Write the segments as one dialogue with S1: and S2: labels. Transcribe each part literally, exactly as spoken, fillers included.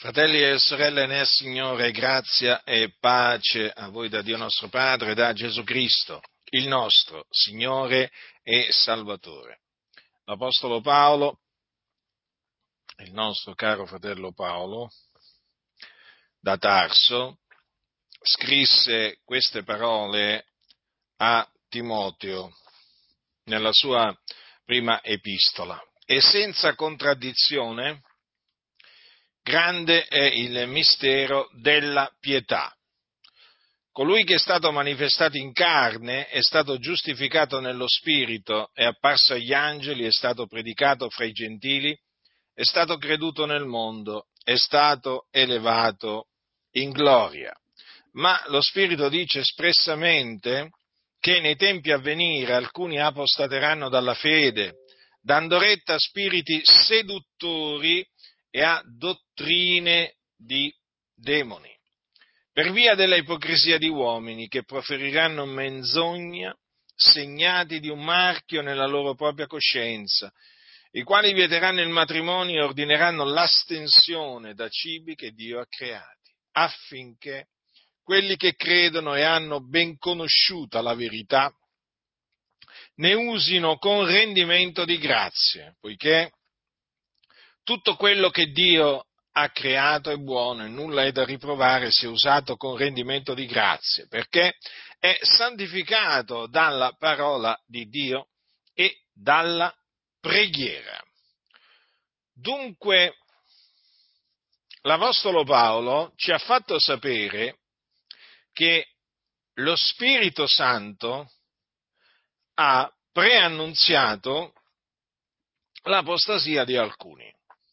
S1: Fratelli e sorelle nel Signore, grazia e pace a voi da Dio nostro Padre e da Gesù Cristo, il nostro Signore e Salvatore. L'Apostolo Paolo, il nostro caro fratello Paolo, da Tarso, scrisse queste parole a Timoteo nella sua prima epistola e senza contraddizione. Grande è il mistero della pietà. Colui che è stato manifestato in carne è stato giustificato nello spirito, è apparso agli angeli, è stato predicato fra i gentili, è stato creduto nel mondo, è stato elevato in gloria. Ma lo spirito dice espressamente che nei tempi a venire alcuni apostateranno dalla fede, dando retta a spiriti seduttori e a dottrine di demoni, per via della ipocrisia di uomini che proferiranno menzogna, segnati di un marchio nella loro propria coscienza, i quali vieteranno il matrimonio e ordineranno l'astensione da cibi che Dio ha creati, affinché quelli che credono e hanno ben conosciuta la verità ne usino con rendimento di grazie, poiché tutto quello che Dio ha creato è buono e nulla è da riprovare se usato con rendimento di grazie, perché è santificato dalla parola di Dio e dalla preghiera. Dunque, l'Apostolo Paolo ci ha fatto sapere che lo Spirito Santo ha preannunziato l'apostasia di alcuni.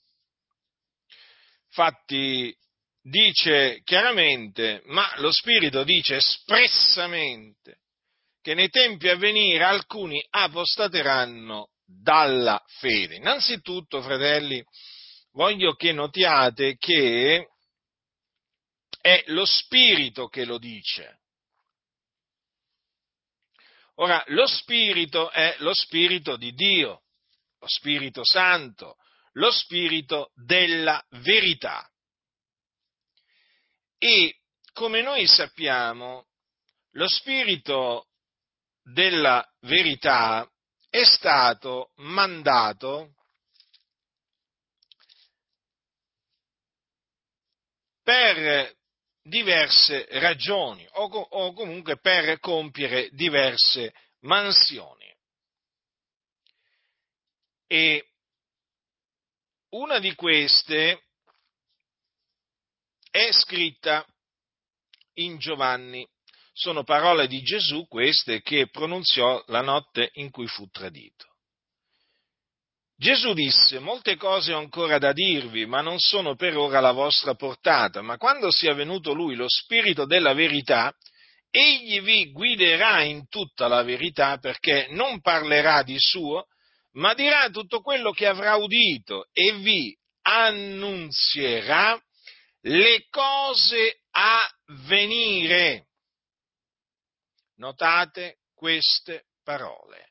S1: Infatti dice chiaramente, ma lo Spirito dice espressamente, che nei tempi a venire alcuni apostateranno dalla fede. Innanzitutto, fratelli, voglio che notiate che è lo Spirito che lo dice. Ora, lo Spirito è lo Spirito di Dio, lo Spirito Santo, lo Spirito della verità. E come noi sappiamo, lo Spirito della verità è stato mandato per diverse ragioni o, o comunque per compiere diverse mansioni. E una di queste è scritta in Giovanni. Sono parole di Gesù queste che pronunziò la notte in cui fu tradito. Gesù disse: molte cose ho ancora da dirvi, ma non sono per ora alla vostra portata, ma quando sia venuto Lui, lo Spirito della verità, Egli vi guiderà in tutta la verità, perché non parlerà di suo, ma dirà tutto quello che avrà udito e vi annunzierà le cose a venire. Notate queste parole.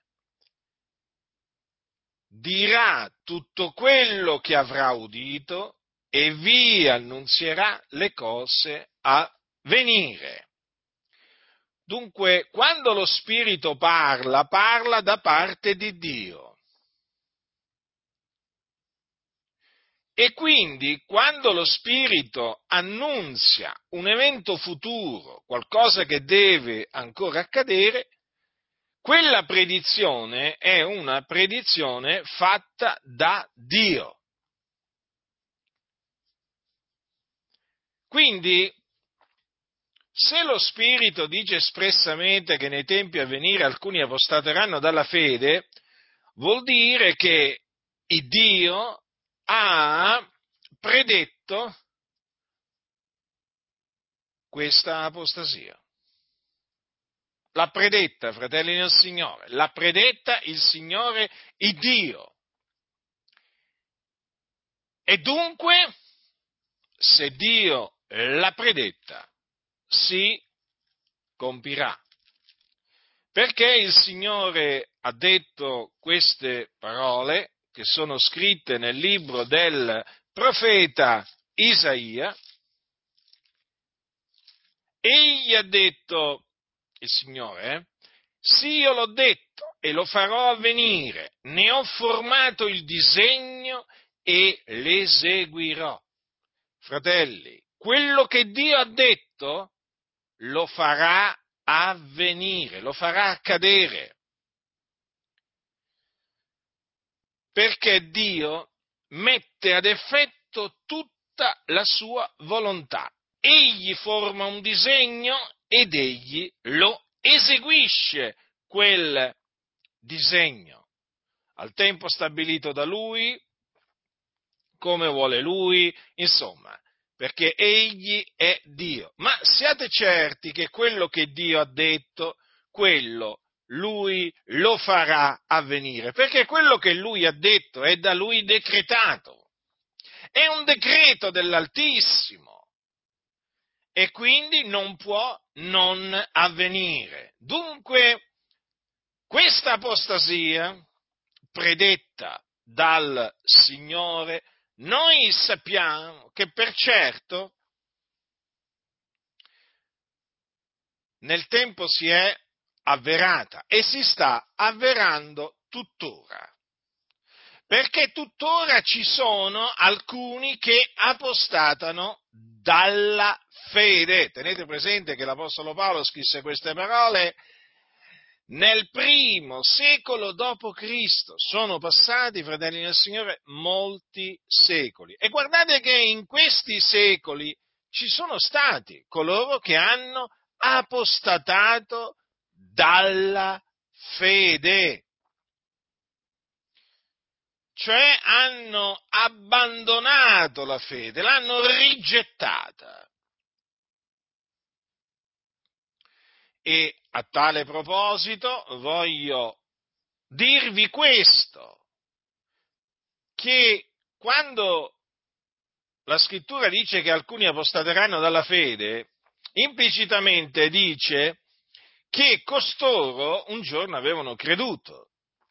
S1: Dirà tutto quello che avrà udito e vi annunzierà le cose a venire. Dunque, quando lo Spirito parla, parla da parte di Dio. E quindi, quando lo Spirito annunzia un evento futuro, qualcosa che deve ancora accadere, quella predizione è una predizione fatta da Dio. Quindi, se lo Spirito dice espressamente che nei tempi a venire alcuni apostateranno dalla fede, vuol dire che il Dio ha predetto questa apostasia. L'ha predetta, fratelli del Signore, l'ha predetta il Signore, il Dio. E dunque, se Dio l'ha predetta, si compirà. Perché il Signore ha detto queste parole, che sono scritte nel libro del profeta Isaia, egli ha detto, il Signore, eh, sì, io l'ho detto e lo farò avvenire, ne ho formato il disegno e l'eseguirò. Fratelli, quello che Dio ha detto lo farà avvenire, lo farà accadere. Perché Dio mette ad effetto tutta la sua volontà. Egli forma un disegno ed egli lo eseguisce, quel disegno, al tempo stabilito da Lui, come vuole Lui, insomma, perché Egli è Dio. Ma siate certi che quello che Dio ha detto, quello Lui lo farà avvenire, perché quello che Lui ha detto è da Lui decretato, è un decreto dell'Altissimo e quindi non può non avvenire. Dunque, questa apostasia predetta dal Signore, noi sappiamo che per certo nel tempo si è avverata e si sta avverando tuttora, perché tuttora ci sono alcuni che apostatano dalla fede. Tenete presente che l'Apostolo Paolo scrisse queste parole nel primo secolo dopo Cristo. Sono passati, fratelli del Signore, molti secoli. E guardate che in questi secoli ci sono stati coloro che hanno apostatato dalla fede, cioè hanno abbandonato la fede, l'hanno rigettata. E a tale proposito voglio dirvi questo, che quando la scrittura dice che alcuni apostateranno dalla fede, implicitamente dice che costoro un giorno avevano creduto.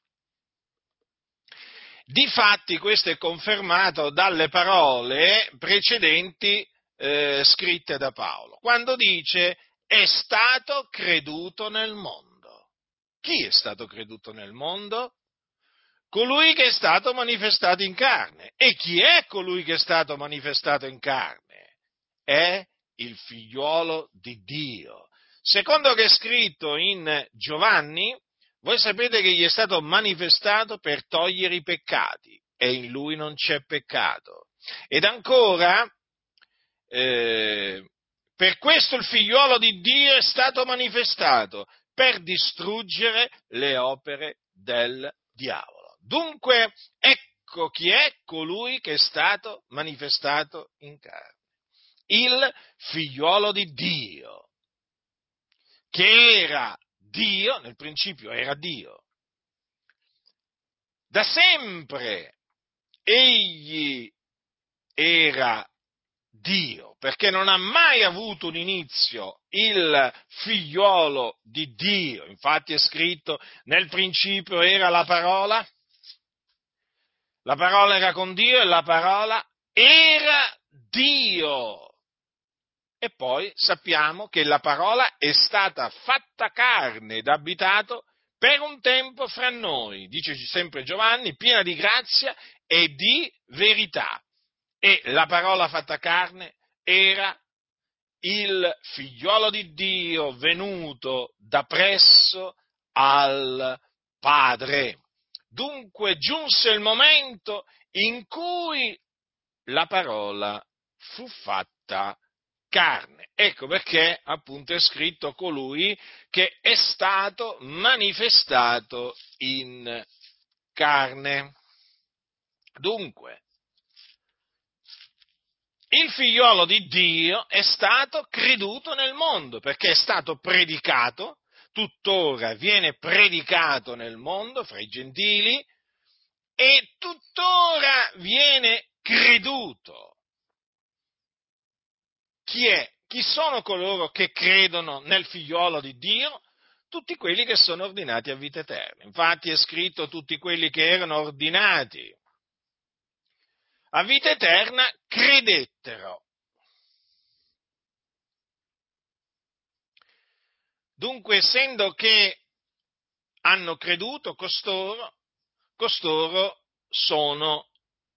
S1: Difatti questo è confermato dalle parole precedenti eh, scritte da Paolo, quando dice è stato creduto nel mondo. Chi è stato creduto nel mondo? Colui che è stato manifestato in carne. E chi è colui che è stato manifestato in carne? È il figliuolo di Dio. Secondo che è scritto in Giovanni, voi sapete che gli è stato manifestato per togliere i peccati e in lui non c'è peccato. Ed ancora, eh, per questo il figliuolo di Dio è stato manifestato, per distruggere le opere del diavolo. Dunque, ecco chi è colui che è stato manifestato in carne, il figliuolo di Dio, che era Dio, nel principio era Dio. Da sempre egli era Dio, perché non ha mai avuto un inizio il figliuolo di Dio. Infatti è scritto, nel principio era la parola, la parola era con Dio e la parola era Dio. E poi sappiamo che la parola è stata fatta carne ed abitato per un tempo fra noi, dice sempre Giovanni, piena di grazia e di verità. E la parola fatta carne era il figliuolo di Dio venuto da presso al Padre. Dunque giunse il momento in cui la parola fu fatta carne. Ecco perché appunto è scritto colui che è stato manifestato in carne. Dunque, il figliolo di Dio è stato creduto nel mondo, perché è stato predicato, tuttora viene predicato nel mondo, fra i gentili, e tuttora viene creduto. Chi è? Chi sono coloro che credono nel figliolo di Dio? Tutti quelli che sono ordinati a vita eterna. Infatti è scritto tutti quelli che erano ordinati a vita eterna credettero. Dunque, essendo che hanno creduto costoro, costoro sono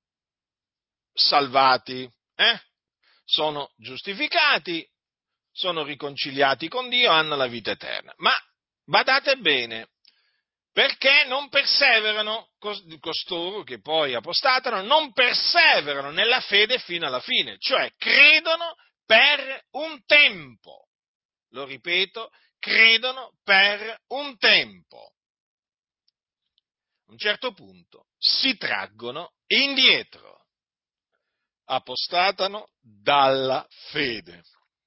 S1: salvati, eh? Sono giustificati, sono riconciliati con Dio, hanno la vita eterna. Ma badate bene, perché non perseverano, costoro che poi apostatano, non perseverano nella fede fino alla fine, cioè credono per un tempo, lo ripeto, credono per un tempo. A un certo punto si traggono indietro, apostatano dalla fede.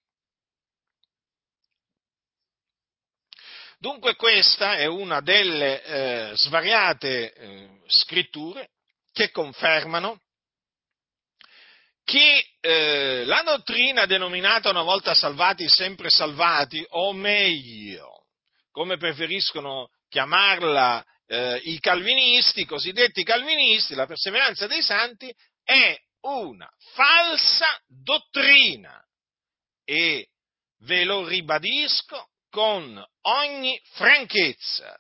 S1: Dunque questa è una delle eh, svariate eh, scritture che confermano che eh, la dottrina denominata una volta salvati, sempre salvati, o meglio, come preferiscono chiamarla eh, i calvinisti, i cosiddetti calvinisti, la perseveranza dei santi, è una falsa dottrina e ve lo ribadisco con ogni franchezza,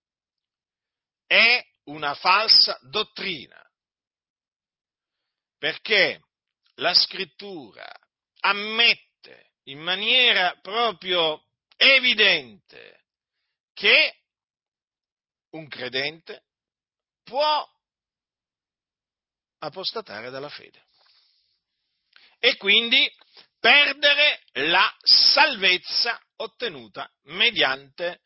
S1: è una falsa dottrina, perché la Scrittura ammette in maniera proprio evidente che un credente può apostatare dalla fede e quindi perdere la salvezza ottenuta mediante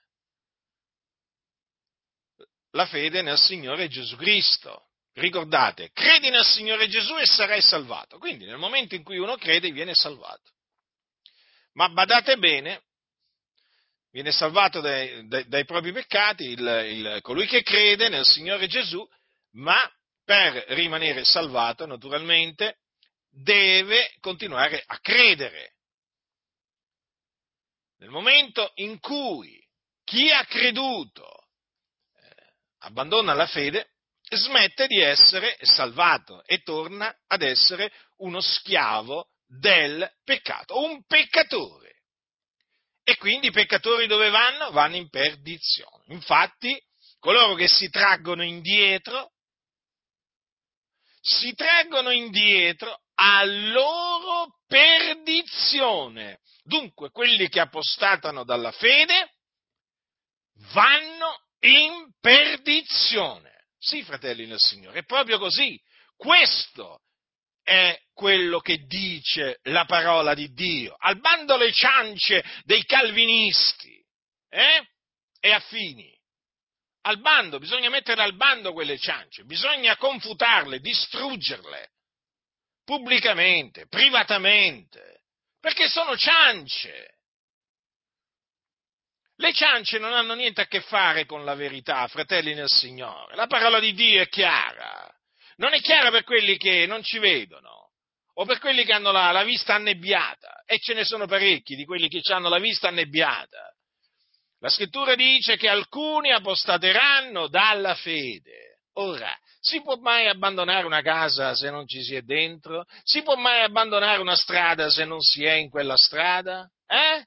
S1: la fede nel Signore Gesù Cristo. Ricordate, credi nel Signore Gesù e sarai salvato. Quindi nel momento in cui uno crede viene salvato. Ma badate bene, viene salvato dai, dai, dai propri peccati il, il, colui che crede nel Signore Gesù, ma per rimanere salvato naturalmente deve continuare a credere. Nel momento in cui chi ha creduto eh, abbandona la fede, smette di essere salvato e torna ad essere uno schiavo del peccato, un peccatore. E quindi i peccatori dove vanno? Vanno in perdizione. Infatti, coloro che si traggono indietro, si traggono indietro a loro perdizione. Dunque, quelli che apostatano dalla fede vanno in perdizione. Sì, fratelli nel Signore, è proprio così. Questo è quello che dice la parola di Dio. Al bando le ciance dei calvinisti eh? e affini. Al bando, bisogna mettere al bando quelle ciance, bisogna confutarle, distruggerle, pubblicamente, privatamente, perché sono ciance. Le ciance non hanno niente a che fare con la verità, fratelli nel Signore. La parola di Dio è chiara. Non è chiara per quelli che non ci vedono, o per quelli che hanno la, la vista annebbiata, e ce ne sono parecchi di quelli che hanno la vista annebbiata. La Scrittura dice che alcuni apostateranno dalla fede. Ora, si può mai abbandonare una casa se non ci si è dentro? Si può mai abbandonare una strada se non si è in quella strada? Eh?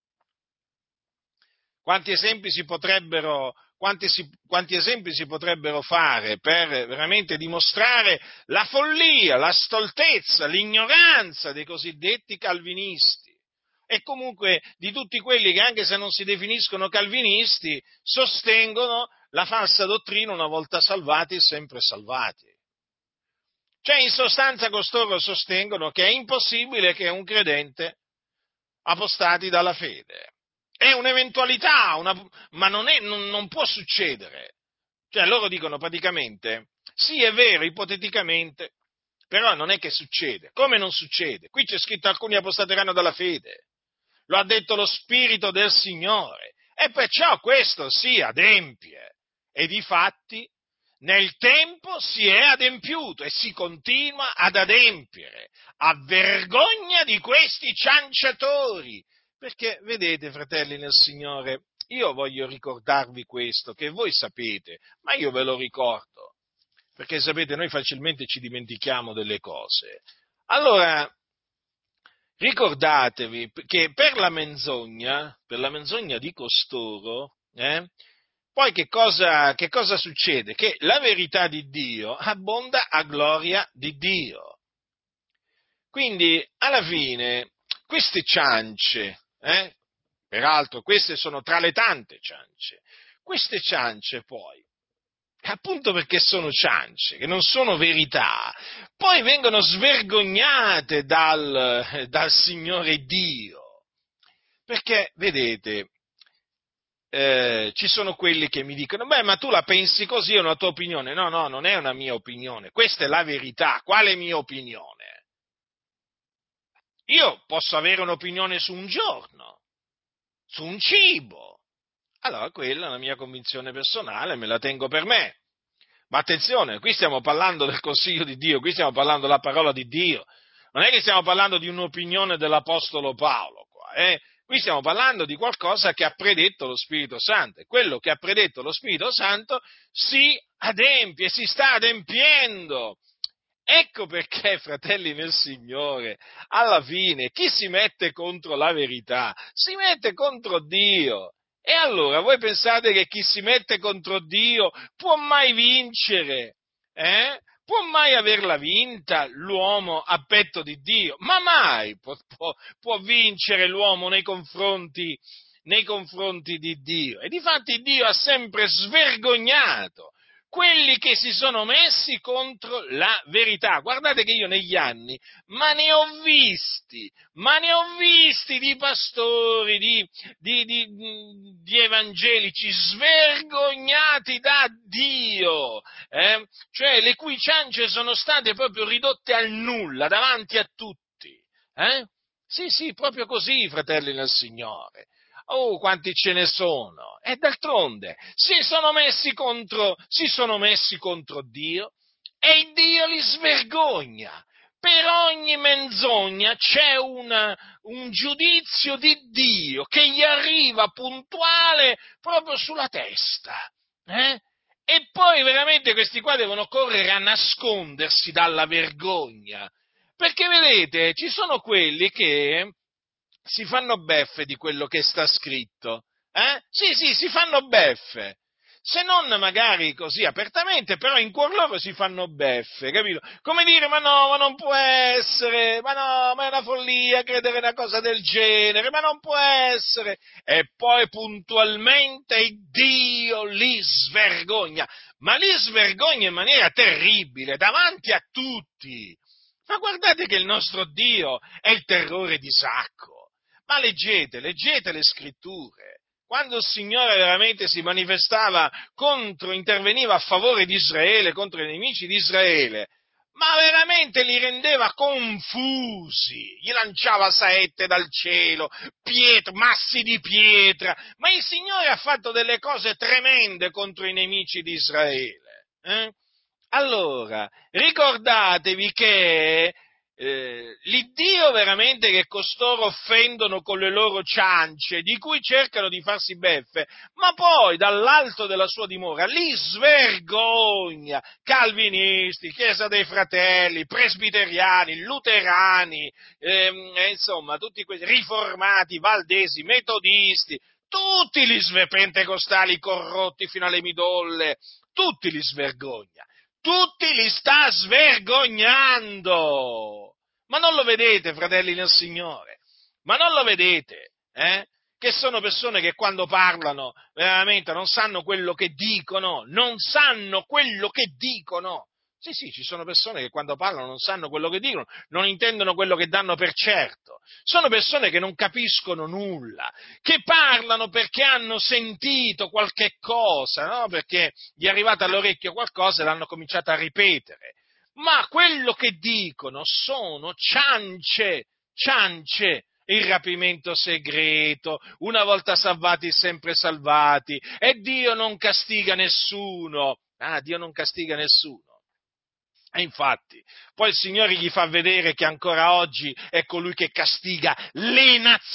S1: Quanti esempi si potrebbero, quanti, si, quanti esempi si potrebbero fare per veramente dimostrare la follia, la stoltezza, l'ignoranza dei cosiddetti calvinisti e comunque di tutti quelli che, anche se non si definiscono calvinisti, sostengono la falsa dottrina una volta salvati, sempre salvati. Cioè, in sostanza, costoro sostengono che è impossibile che un credente apostati dalla fede. È un'eventualità, una, ma non, è, non, non può succedere. Cioè, loro dicono praticamente, sì, è vero, ipoteticamente, però non è che succede. Come non succede? Qui c'è scritto alcuni apostateranno dalla fede. Lo ha detto lo Spirito del Signore. E perciò questo si adempie. E difatti, nel tempo si è adempiuto e si continua ad adempiere, a vergogna di questi cianciatori. Perché, vedete, fratelli nel Signore, io voglio ricordarvi questo, che voi sapete, ma io ve lo ricordo, perché sapete, noi facilmente ci dimentichiamo delle cose. Allora, ricordatevi che per la menzogna, per la menzogna di costoro, eh, poi che cosa, che cosa succede? Che la verità di Dio abbonda a gloria di Dio. Quindi, alla fine, queste ciance, eh, peraltro queste sono tra le tante ciance, queste ciance poi, appunto perché sono ciance, che non sono verità, poi vengono svergognate dal, dal Signore Dio. Perché, vedete, eh, ci sono quelli che mi dicono, beh, ma tu la pensi così, è una tua opinione. No, no, non è una mia opinione, questa è la verità. Quale mia opinione? Io posso avere un'opinione su un giorno, su un cibo. Allora, quella è una mia convinzione personale, me la tengo per me. Ma attenzione, qui stiamo parlando del consiglio di Dio, qui stiamo parlando della parola di Dio. Non è che stiamo parlando di un'opinione dell'Apostolo Paolo, qua, eh? Qui stiamo parlando di qualcosa che ha predetto lo Spirito Santo, e quello che ha predetto lo Spirito Santo si adempie, si sta adempiendo. Ecco perché, fratelli nel Signore, alla fine chi si mette contro la verità si mette contro Dio. E allora voi pensate che chi si mette contro Dio può mai vincere? Eh? Può mai averla vinta l'uomo a petto di Dio? Ma mai può, può, può vincere l'uomo nei confronti, nei confronti di Dio. E difatti Dio ha sempre svergognato quelli che si sono messi contro la verità. Guardate che io negli anni, ma ne ho visti, ma ne ho visti di pastori, di, di, di, di evangelici svergognati da Dio, eh? Cioè le cui ciance sono state proprio ridotte al nulla davanti a tutti. Eh? Sì, sì, proprio così, fratelli nel Signore. Oh, quanti ce ne sono! E d'altronde si sono messi contro, si sono messi contro Dio e Dio li svergogna. Per ogni menzogna c'è una, un giudizio di Dio che gli arriva puntuale proprio sulla testa. Eh? E poi veramente questi qua devono correre a nascondersi dalla vergogna. Perché vedete, ci sono quelli che si fanno beffe di quello che sta scritto, eh? Sì, sì, si fanno beffe, se non magari così apertamente, però in cuor loro si fanno beffe, capito? Come dire, ma no, ma non può essere, ma no, ma è una follia credere una cosa del genere, ma non può essere, e poi puntualmente Dio li svergogna, ma li svergogna in maniera terribile, davanti a tutti. Ma guardate che il nostro Dio è il terrore di Isacco. Ma leggete, leggete le scritture. Quando il Signore veramente si manifestava contro, interveniva a favore di Israele, contro i nemici di Israele, ma veramente li rendeva confusi, gli lanciava saette dal cielo, pietre, massi di pietra, ma il Signore ha fatto delle cose tremende contro i nemici di Israele. Eh? Allora, ricordatevi che eh, l'Iddio veramente che costoro offendono con le loro ciance, di cui cercano di farsi beffe, ma poi dall'alto della sua dimora li svergogna, calvinisti, Chiesa dei Fratelli, presbiteriani, luterani, ehm, eh, insomma, tutti questi riformati, valdesi, metodisti, tutti gli sve- pentecostali corrotti fino alle midolle, tutti li svergogna. Tutti li sta svergognando. Ma non lo vedete, fratelli nel Signore? Ma non lo vedete, eh? Che sono persone che quando parlano veramente non sanno quello che dicono, non sanno quello che dicono. Sì, sì, ci sono persone che quando parlano non sanno quello che dicono, non intendono quello che danno per certo. Sono persone che non capiscono nulla, che parlano perché hanno sentito qualche cosa, no? Perché gli è arrivata all'orecchio qualcosa e l'hanno cominciato a ripetere. Ma quello che dicono sono ciance, ciance. Il rapimento segreto, una volta salvati sempre salvati, e Dio non castiga nessuno. Ah, Dio non castiga nessuno. E infatti, poi il Signore gli fa vedere che ancora oggi è colui che castiga le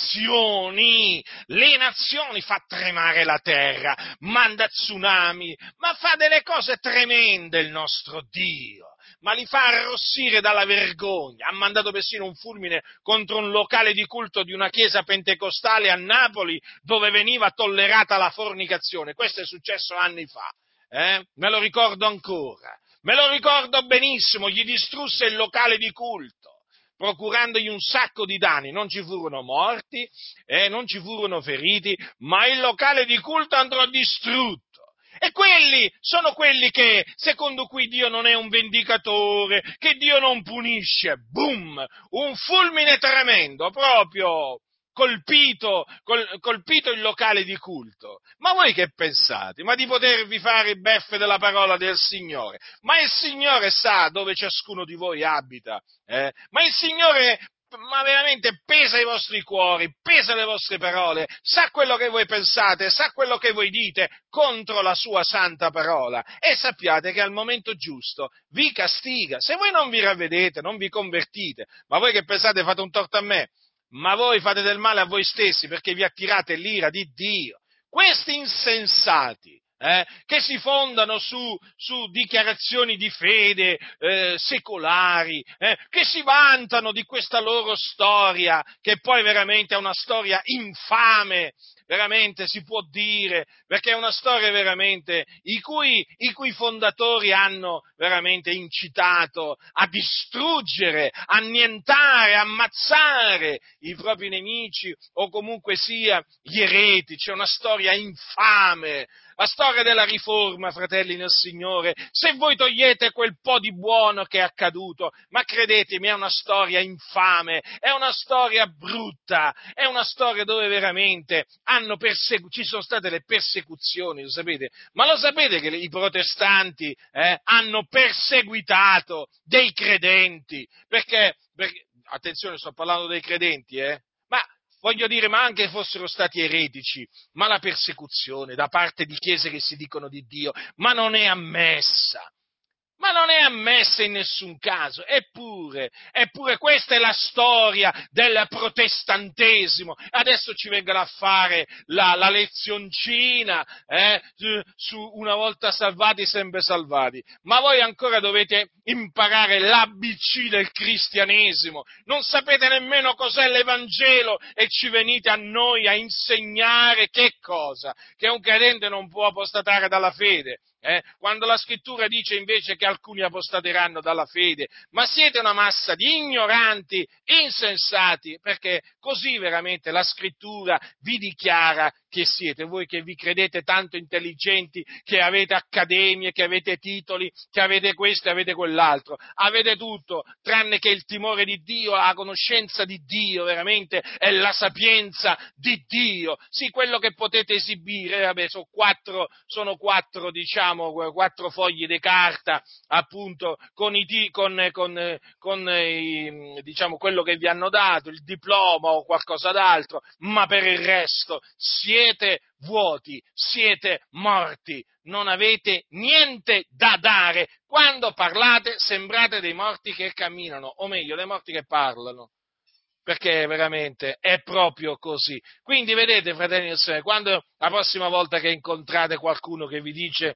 S1: nazioni, le nazioni, fa tremare la terra, manda tsunami, ma fa delle cose tremende il nostro Dio, ma li fa arrossire dalla vergogna. Ha mandato persino un fulmine contro un locale di culto di una chiesa pentecostale a Napoli dove veniva tollerata la fornicazione. Questo è successo anni fa, eh? Me lo ricordo ancora. Me lo ricordo benissimo, gli distrusse il locale di culto, procurandogli un sacco di danni. Non ci furono morti, eh, non ci furono feriti, ma il locale di culto andò distrutto. E quelli sono quelli che, secondo cui Dio non è un vendicatore, che Dio non punisce. Boom! Un fulmine tremendo, proprio colpito, col, colpito il locale di culto. Ma voi che pensate? Ma di potervi fare i beffe della parola del Signore? Ma il Signore sa dove ciascuno di voi abita, eh? Ma il Signore, ma veramente pesa i vostri cuori, pesa le vostre parole, sa quello che voi pensate, sa quello che voi dite contro la sua santa parola, e sappiate che al momento giusto vi castiga. Se voi non vi ravvedete, non vi convertite, ma voi che pensate fate un torto a me, ma voi fate del male a voi stessi perché vi attirate l'ira di Dio. Questi insensati, eh, che si fondano su, su dichiarazioni di fede eh, secolari, eh, che si vantano di questa loro storia, che poi veramente è una storia infame, veramente si può dire, perché è una storia veramente i cui, i cui fondatori hanno veramente incitato a distruggere, annientare, ammazzare i propri nemici o comunque sia gli eretici. È una storia infame. La storia della riforma, fratelli nel Signore, se voi togliete quel po' di buono che è accaduto, ma credetemi, è una storia infame, è una storia brutta, è una storia dove veramente hanno persegu- ci sono state le persecuzioni, lo sapete? Ma lo sapete che i protestanti eh, hanno perseguitato dei credenti? Perché, perché, attenzione, sto parlando dei credenti, eh? Ma voglio dire, ma anche fossero stati eretici, ma la persecuzione da parte di chiese che si dicono di Dio, ma non è ammessa. Ma non è ammessa in nessun caso, eppure, eppure questa è la storia del protestantesimo. Adesso ci vengono a fare la, la lezioncina, eh, su, su una volta salvati, sempre salvati. Ma voi ancora dovete imparare l'A B C del cristianesimo, non sapete nemmeno cos'è l'Evangelo e ci venite a noi a insegnare che cosa? Che un credente non può apostatare dalla fede. Eh, quando la scrittura dice invece che alcuni apostateranno dalla fede, ma siete una massa di ignoranti, insensati, perché così veramente la scrittura vi dichiara che siete, voi che vi credete tanto intelligenti, che avete accademie, che avete titoli, che avete questo e avete quell'altro, avete tutto, tranne che il timore di Dio, la conoscenza di Dio, veramente, è la sapienza di Dio. Sì, quello che potete esibire, vabbè, sono quattro, sono quattro, diciamo, quattro fogli di carta, appunto, con i con, con, con i, diciamo, quello che vi hanno dato, il diploma o qualcosa d'altro, ma per il resto siete vuoti, siete morti, non avete niente da dare. Quando parlate sembrate dei morti che camminano, o meglio, dei morti che parlano. Perché veramente è proprio così. Quindi vedete, fratelli del Signore, quando la prossima volta che incontrate qualcuno che vi dice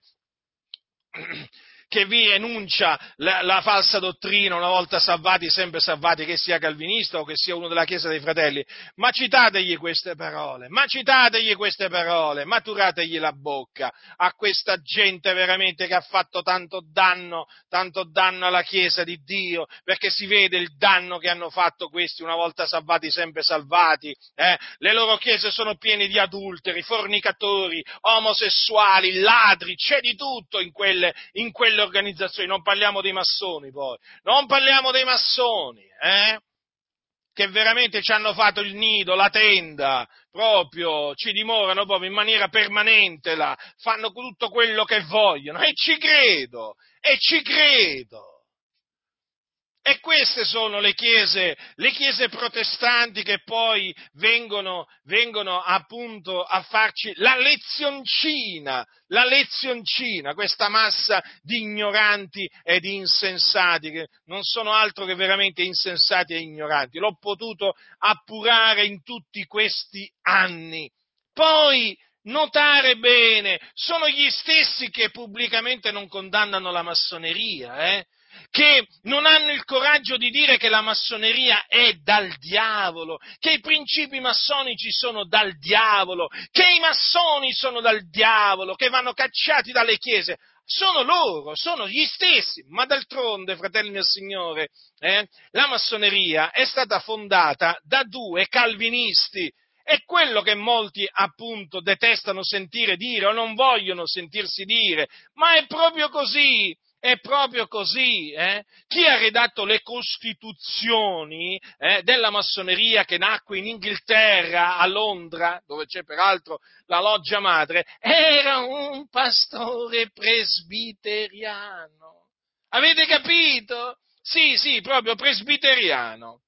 S1: che vi enuncia la, la falsa dottrina, una volta salvati, sempre salvati, che sia calvinista o che sia uno della Chiesa dei Fratelli, ma citategli queste parole, ma citategli queste parole, maturategli la bocca a questa gente veramente che ha fatto tanto danno, tanto danno alla Chiesa di Dio, perché si vede il danno che hanno fatto questi, una volta salvati, sempre salvati, eh? Le loro chiese sono piene di adulteri, fornicatori, omosessuali, ladri, c'è di tutto in quelle, in quelle organizzazioni, non parliamo dei massoni poi, non parliamo dei massoni, eh? Che veramente ci hanno fatto il nido, la tenda, proprio, ci dimorano proprio in maniera permanente là, fanno tutto quello che vogliono, e ci credo, e ci credo. E queste sono le chiese, le chiese protestanti che poi vengono, vengono appunto a farci la lezioncina, la lezioncina, questa massa di ignoranti e di insensati, che non sono altro che veramente insensati e ignoranti. L'ho potuto appurare in tutti questi anni. Poi, notare bene, sono gli stessi che pubblicamente non condannano la massoneria, eh? Che non hanno il coraggio di dire che la massoneria è dal diavolo, che i principi massonici sono dal diavolo, che i massoni sono dal diavolo, che vanno cacciati dalle chiese. Sono loro, sono gli stessi, ma d'altronde, fratelli del Signore, eh, la massoneria è stata fondata da due calvinisti. È quello che molti appunto detestano sentire dire o non vogliono sentirsi dire, ma è proprio così. È proprio così, eh? Chi ha redatto le costituzioni eh, della massoneria che nacque in Inghilterra, a Londra, dove c'è peraltro la loggia madre, era un pastore presbiteriano. Avete capito? Sì, sì, proprio presbiteriano.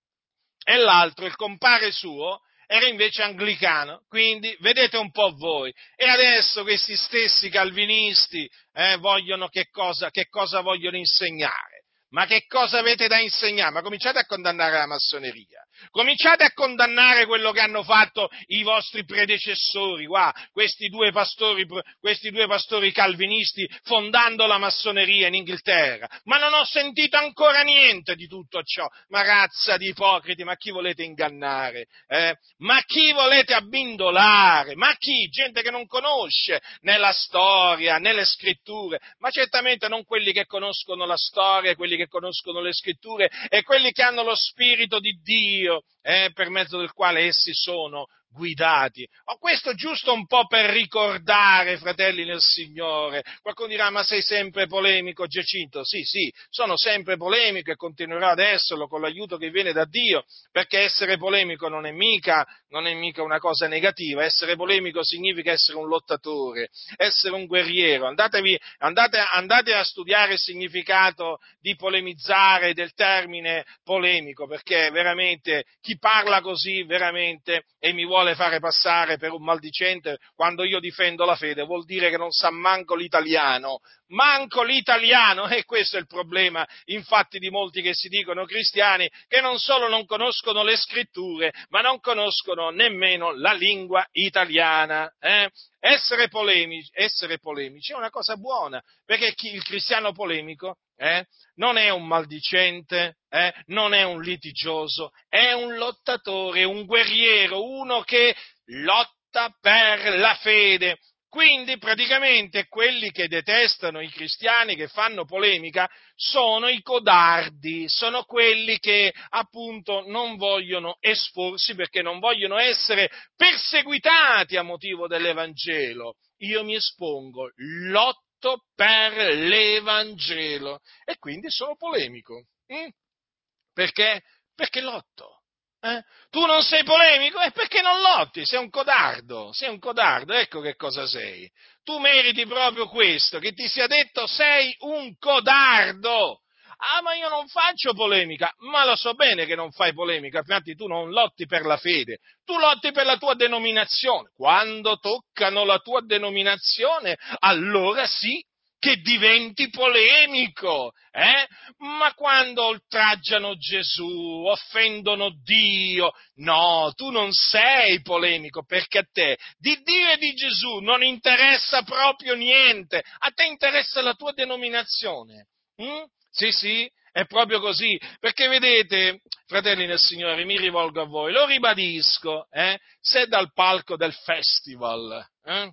S1: E l'altro, il compare suo, era invece anglicano, quindi vedete un po' voi. E adesso questi stessi calvinisti eh, vogliono che cosa, che cosa vogliono insegnare? Ma che cosa avete da insegnare? Ma cominciate a condannare la massoneria. Cominciate a condannare quello che hanno fatto i vostri predecessori, qua, questi due pastori, questi due pastori calvinisti fondando la massoneria in Inghilterra. Ma non ho sentito ancora niente di tutto ciò. Ma razza di ipocriti, ma chi volete ingannare? Eh? Ma chi volete abbindolare? Ma chi? Gente che non conosce né la storia, né le scritture, ma certamente non quelli che conoscono la storia, quelli che conoscono le scritture e quelli che hanno lo Spirito di Dio, eh, per mezzo del quale essi sono guidati. Ho questo giusto un po' per ricordare, fratelli nel Signore. Qualcuno dirà, ma sei sempre polemico, Giacinto? Sì, sì, sono sempre polemico e continuerò ad esserlo con l'aiuto che viene da Dio, perché essere polemico non è mica, non è mica una cosa negativa. Essere polemico significa essere un lottatore, essere un guerriero. Andatevi, andate, andate a studiare il significato di polemizzare, del termine polemico, perché veramente chi parla così veramente e mi vuole fare passare per un maldicente quando io difendo la fede vuol dire che non sa manco l'italiano, manco l'italiano, e questo è il problema infatti di molti che si dicono cristiani, che non solo non conoscono le scritture, ma non conoscono nemmeno la lingua italiana. Eh? Essere polemici, essere polemici è una cosa buona, perché chi, il cristiano polemico eh, non è un maldicente, eh, non è un litigioso, è un lottatore, un guerriero, uno che lotta per la fede. Quindi praticamente quelli che detestano i cristiani, che fanno polemica, sono i codardi, sono quelli che appunto non vogliono esporsi perché non vogliono essere perseguitati a motivo dell'Evangelo. Io mi espongo, lotto per l'Evangelo e quindi sono polemico. Mm? Perché? Perché lotto. Eh? Tu non sei polemico? È perché non lotti, sei un codardo, sei un codardo, ecco che cosa sei. Tu meriti proprio questo, che ti sia detto sei un codardo. Ah, ma io non faccio polemica, ma lo so bene che non fai polemica, infatti tu non lotti per la fede, tu lotti per la tua denominazione. Quando toccano la tua denominazione, allora sì che diventi polemico, eh? Ma quando oltraggiano Gesù, offendono Dio, no, tu non sei polemico, perché a te di Dio e di Gesù non interessa proprio niente, a te interessa la tua denominazione. Mm? Sì, sì, è proprio così, perché vedete, fratelli nel Signore, mi rivolgo a voi, lo ribadisco, eh? Se dal palco del festival, eh?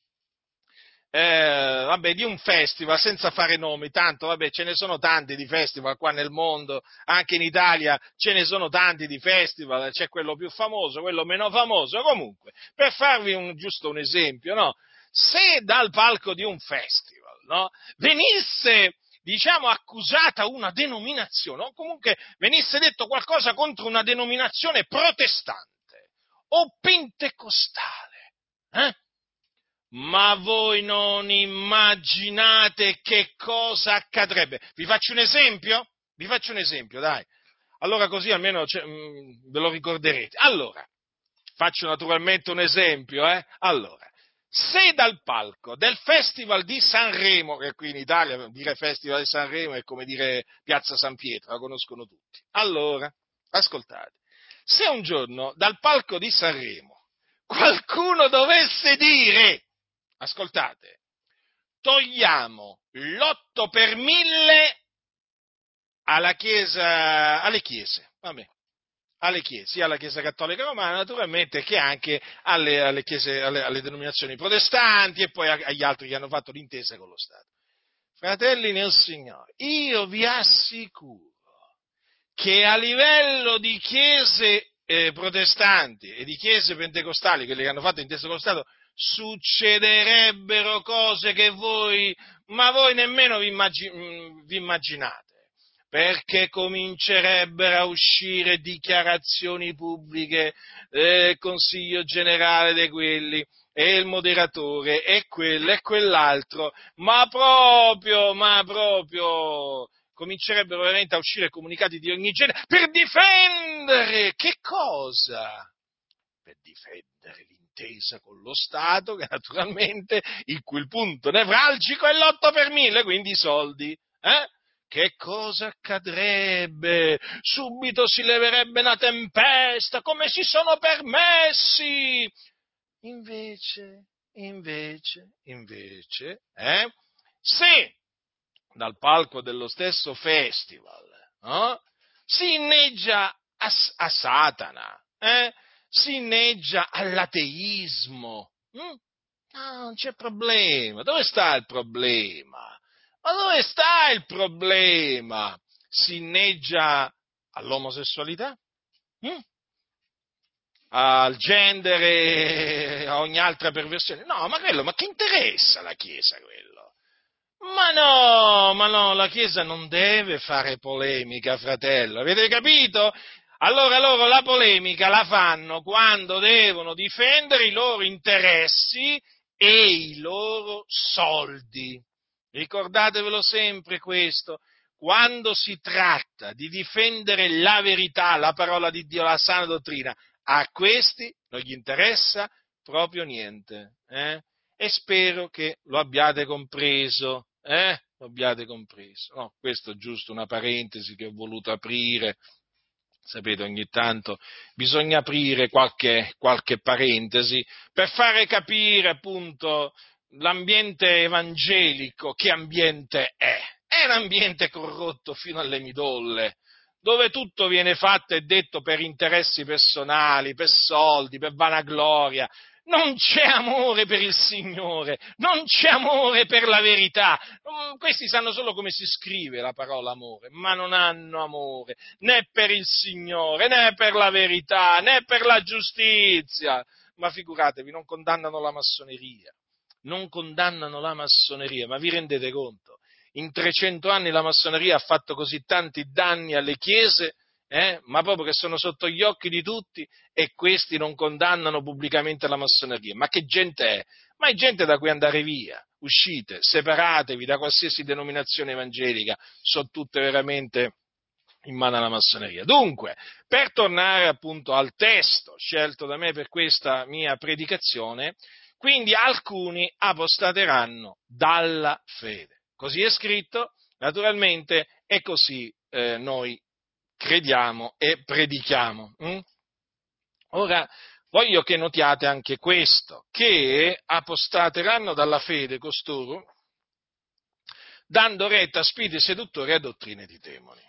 S1: Eh, vabbè, di un festival, senza fare nomi, tanto, vabbè, ce ne sono tanti di festival qua nel mondo, anche in Italia ce ne sono tanti di festival, c'è quello più famoso, quello meno famoso, comunque, per farvi un, giusto un esempio, no? Se dal palco di un festival, no, venisse, diciamo, accusata una denominazione, o comunque venisse detto qualcosa contro una denominazione protestante o pentecostale, eh? Ma voi non immaginate che cosa accadrebbe. Vi faccio un esempio? Vi faccio un esempio, dai. Allora così almeno cioè, mh, ve lo ricorderete. Allora, faccio naturalmente un esempio, eh? Allora, se dal palco del Festival di Sanremo, che qui in Italia dire Festival di Sanremo è come dire Piazza San Pietro, la conoscono tutti. Allora, ascoltate, se un giorno dal palco di Sanremo qualcuno dovesse dire, ascoltate, togliamo l'otto per mille alla chiesa, alle chiese, vabbè, alle chiese, sia alla Chiesa Cattolica Romana naturalmente che anche alle, alle, chiese, alle, alle denominazioni protestanti e poi agli altri che hanno fatto l'intesa con lo Stato. Fratelli nel Signore, io vi assicuro che a livello di chiese eh, protestanti e di chiese pentecostali, quelle che hanno fatto intesa con lo Stato, succederebbero cose che voi, ma voi nemmeno vi, immagin- vi immaginate. Perché comincerebbero a uscire dichiarazioni pubbliche del Consiglio Generale di quelli, e il moderatore, e quello e quell'altro, ma proprio, ma proprio, comincerebbero veramente a uscire comunicati di ogni genere per difendere, che cosa? Per difendere l'intesa con lo Stato, che naturalmente, il cui il punto nevralgico è l'otto per mille, quindi i soldi, eh? Che cosa accadrebbe? Subito si leverebbe una tempesta, come si sono permessi? Invece, invece, invece, eh? Se dal palco dello stesso festival eh, si inneggia a, a Satana, eh? Si inneggia all'ateismo, hm? No, non c'è problema. Dove sta il problema? Ma dove sta il problema? Si inneggia all'omosessualità? Hm? Al gender e a ogni altra perversione? No, ma quello, ma che interessa la Chiesa quello? Ma no, ma no, la Chiesa non deve fare polemica, fratello, avete capito? Allora loro la polemica la fanno quando devono difendere i loro interessi e i loro soldi. Ricordatevelo sempre questo. Quando si tratta di difendere la verità, la parola di Dio, la sana dottrina, a questi non gli interessa proprio niente. Eh? E spero che lo abbiate compreso. Eh? Lo abbiate compreso. No, questo è giusto una parentesi che ho voluto aprire. Sapete, ogni tanto bisogna aprire qualche, qualche parentesi per fare capire appunto l'ambiente evangelico che ambiente è. È un ambiente corrotto fino alle midolle, dove tutto viene fatto e detto per interessi personali, per soldi, per vanagloria. Non c'è amore per il Signore, non c'è amore per la verità. Questi sanno solo come si scrive la parola amore, ma non hanno amore né per il Signore, né per la verità, né per la giustizia. Ma figuratevi, non condannano la massoneria, non condannano la massoneria, ma vi rendete conto? In trecento anni la massoneria ha fatto così tanti danni alle chiese, eh, ma proprio che sono sotto gli occhi di tutti, e questi non condannano pubblicamente la massoneria. Ma che gente è? Ma è gente da cui andare via. Uscite, separatevi da qualsiasi denominazione evangelica, sono tutte veramente in mano alla massoneria. Dunque, per tornare appunto al testo scelto da me per questa mia predicazione, quindi alcuni apostateranno dalla fede. Così è scritto, naturalmente, e così eh, noi crediamo e predichiamo. Hm? Ora, voglio che notiate anche questo, che apostateranno dalla fede costoro, dando retta a spiriti seduttori e a dottrine di demoni.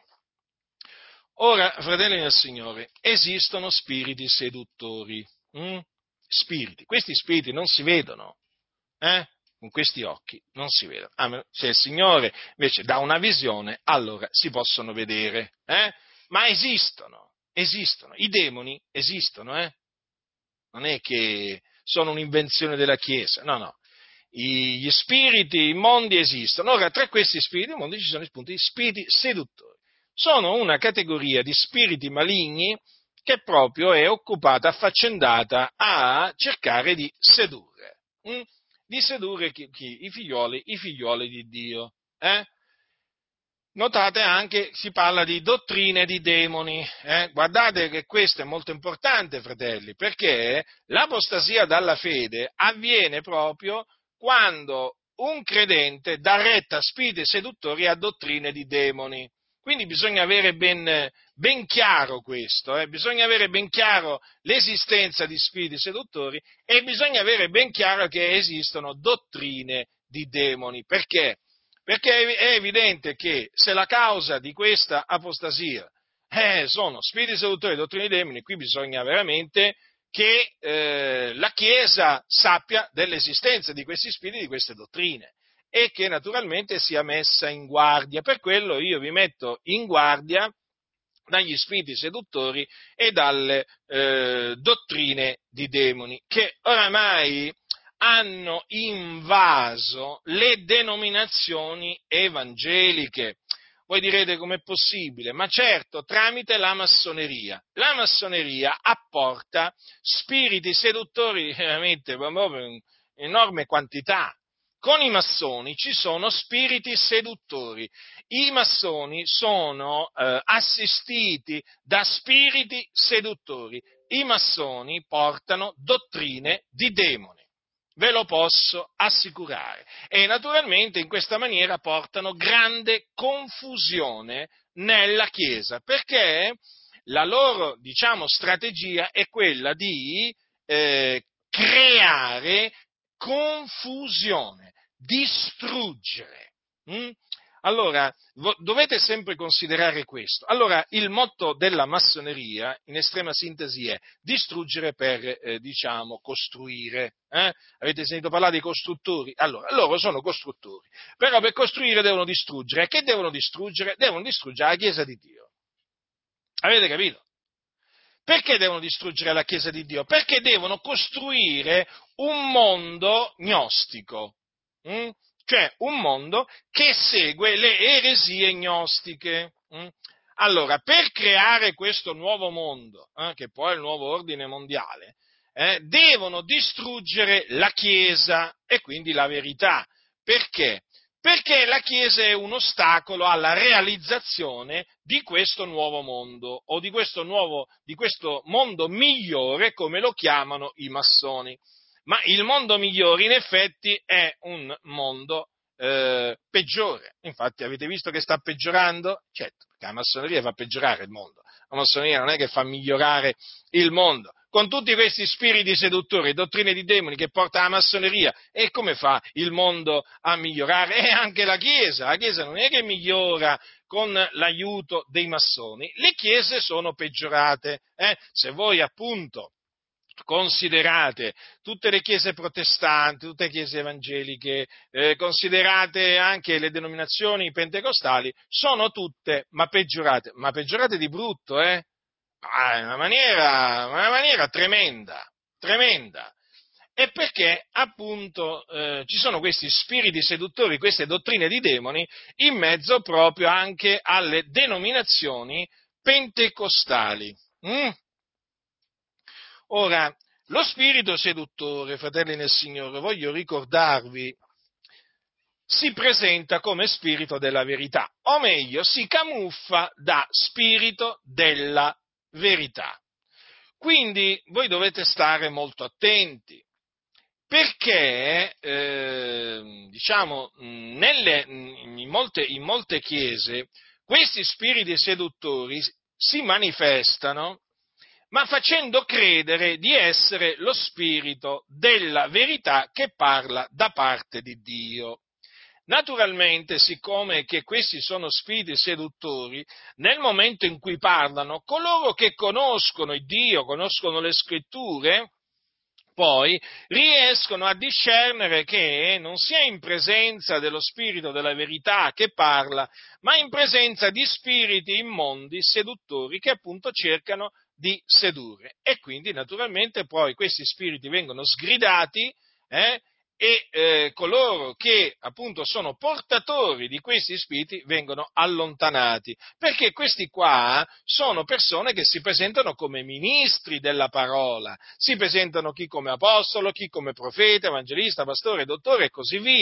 S1: Ora, fratelli del Signore, esistono spiriti seduttori, hm? Spiriti, questi spiriti non si vedono, eh? Con questi occhi non si vedono. Ah, se il Signore invece dà una visione, allora si possono vedere, eh? Ma esistono, esistono, i demoni esistono, eh? Non è che sono un'invenzione della Chiesa, no, no. I, gli spiriti immondi esistono. Ora, tra questi spiriti immondi ci sono appunto gli spiriti seduttori. Sono una categoria di spiriti maligni che proprio è occupata, affaccendata a cercare di sedurre, hm? Di sedurre chi, chi? I figlioli, i figlioli di Dio. Eh? notate anche, si parla di dottrine di demoni. Eh? Guardate che questo è molto importante, fratelli, perché l'apostasia dalla fede avviene proprio quando un credente dà retta a spiriti seduttori e a dottrine di demoni. Quindi bisogna avere ben, ben chiaro questo, eh? Bisogna avere ben chiaro l'esistenza di spiriti seduttori e bisogna avere ben chiaro che esistono dottrine di demoni. Perché? Perché è evidente che se la causa di questa apostasia eh, sono spiriti seduttori e dottrine di demoni, qui bisogna veramente che eh, la Chiesa sappia dell'esistenza di questi spiriti e di queste dottrine e che naturalmente sia messa in guardia. Per quello io vi metto in guardia dagli spiriti seduttori e dalle eh, dottrine di demoni, che oramai hanno invaso le denominazioni evangeliche. Voi direte com'è possibile? Ma certo, tramite la massoneria. La massoneria apporta spiriti seduttori veramente proprio in enorme quantità. Con i massoni ci sono spiriti seduttori. I massoni sono eh, assistiti da spiriti seduttori. I massoni portano dottrine di demoni. Ve lo posso assicurare. E naturalmente in questa maniera portano grande confusione nella Chiesa, perché la loro, diciamo, strategia è quella di eh, creare confusione, distruggere. Mm? Allora, vo- dovete sempre considerare questo. Allora, il motto della massoneria, in estrema sintesi, è distruggere per, eh, diciamo, costruire. Eh? Avete sentito parlare dei costruttori? Allora, loro sono costruttori, però per costruire devono distruggere. E che devono distruggere? Devono distruggere la Chiesa di Dio. Avete capito? Perché devono distruggere la Chiesa di Dio? Perché devono costruire un mondo gnostico, hm? Cioè un mondo che segue le eresie gnostiche. Hm? Allora, per creare questo nuovo mondo, eh, che poi è il nuovo ordine mondiale, eh, devono distruggere la Chiesa e quindi la verità. Perché? Perché la Chiesa è un ostacolo alla realizzazione di questo nuovo mondo, o di questo nuovo, di questo mondo migliore, come lo chiamano i massoni. Ma il mondo migliore, in effetti, è un mondo eh, peggiore. Infatti, avete visto che sta peggiorando? Certo, perché la massoneria fa peggiorare il mondo. La massoneria non è che fa migliorare il mondo. Con tutti questi spiriti seduttori, dottrine di demoni che porta la massoneria, e come fa il mondo a migliorare? E anche la Chiesa, la Chiesa non è che migliora con l'aiuto dei massoni, le chiese sono peggiorate. Eh? Se voi appunto considerate tutte le chiese protestanti, tutte le chiese evangeliche, eh, considerate anche le denominazioni pentecostali, sono tutte ma peggiorate, ma peggiorate di brutto, eh? Ah, in una maniera, una maniera tremenda, tremenda. E perché appunto eh, ci sono questi spiriti seduttori, queste dottrine di demoni, in mezzo proprio anche alle denominazioni pentecostali. Mm? Ora, lo spirito seduttore, fratelli nel Signore, voglio ricordarvi, si presenta come spirito della verità, o meglio, si camuffa da spirito della verità. Quindi voi dovete stare molto attenti, perché, eh, diciamo, nelle, in, molte, in molte chiese questi spiriti seduttori si manifestano, ma facendo credere di essere lo spirito della verità che parla da parte di Dio. Naturalmente, siccome che questi sono spiriti seduttori, nel momento in cui parlano, coloro che conoscono il Dio, conoscono le scritture, poi riescono a discernere che non si è in presenza dello spirito della verità che parla, ma in presenza di spiriti immondi, seduttori, che appunto cercano di sedurre. E quindi naturalmente poi questi spiriti vengono sgridati eh, e eh, coloro che appunto sono portatori di questi spiriti vengono allontanati, perché questi qua sono persone che si presentano come ministri della parola, si presentano chi come apostolo, chi come profeta, evangelista, pastore, dottore e così via,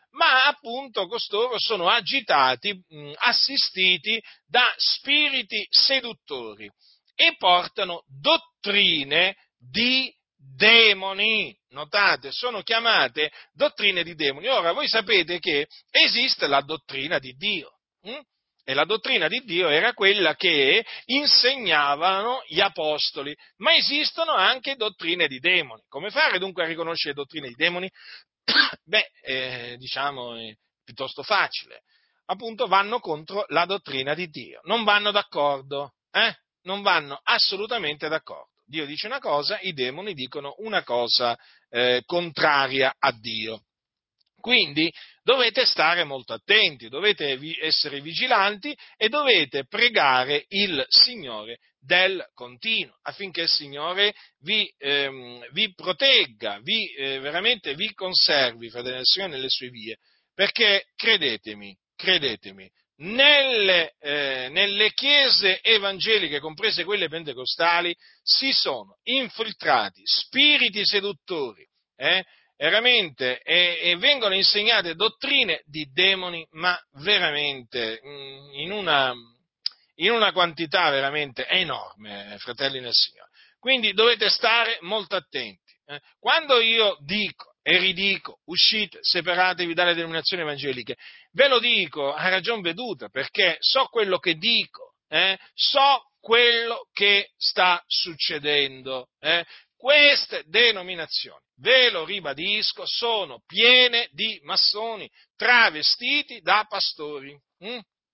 S1: ma appunto costoro sono agitati, mh, assistiti da spiriti seduttori e portano dottrine di demoni. Notate, sono chiamate dottrine di demoni. Ora, voi sapete che esiste la dottrina di Dio. Hm? E la dottrina di Dio era quella che insegnavano gli apostoli, ma esistono anche dottrine di demoni. Come fare dunque a riconoscere dottrine di demoni? Beh, eh, diciamo, è piuttosto facile. Appunto, vanno contro la dottrina di Dio. Non vanno d'accordo, eh? Non vanno assolutamente d'accordo. Dio dice una cosa, i demoni dicono una cosa eh, contraria a Dio. Quindi dovete stare molto attenti, dovete essere vigilanti e dovete pregare il Signore del continuo, affinché il Signore vi, ehm, vi protegga, vi, eh, veramente vi conservi, fratelli del Signore, nelle sue vie, perché credetemi, credetemi, nelle, eh, nelle chiese evangeliche, comprese quelle pentecostali, si sono infiltrati spiriti seduttori, eh, veramente, e, e vengono insegnate dottrine di demoni, ma veramente mh, in, una, in una quantità veramente enorme, fratelli nel Signore. Quindi dovete stare molto attenti. Eh. Quando io dico e ridico, uscite, separatevi dalle denominazioni evangeliche, ve lo dico a ragion veduta, perché so quello che dico, eh, so quello che sta succedendo. Eh. Queste denominazioni, ve lo ribadisco, sono piene di massoni travestiti da pastori, hm?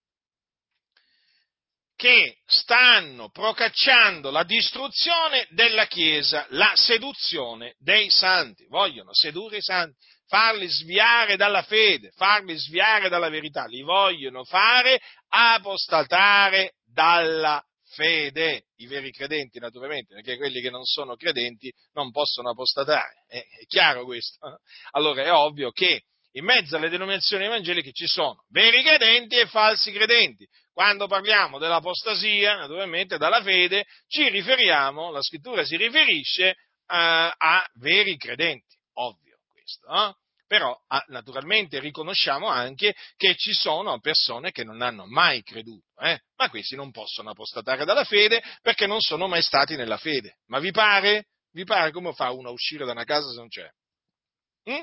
S1: che stanno procacciando la distruzione della Chiesa, la seduzione dei santi. Vogliono sedurre i santi, farli sviare dalla fede, farli sviare dalla verità, li vogliono fare apostatare dalla fede, i veri credenti naturalmente, perché quelli che non sono credenti non possono apostatare, è, è chiaro questo? Allora è ovvio che in mezzo alle denominazioni evangeliche ci sono veri credenti e falsi credenti. Quando parliamo dell'apostasia, naturalmente dalla fede, ci riferiamo, la scrittura si riferisce a, a veri credenti, ovvio questo, eh? Però ah, naturalmente riconosciamo anche che ci sono persone che non hanno mai creduto, eh? Ma questi non possono apostatare dalla fede perché non sono mai stati nella fede. Ma vi pare? Vi pare come fa uno a uscire da una casa se non c'è? Mm?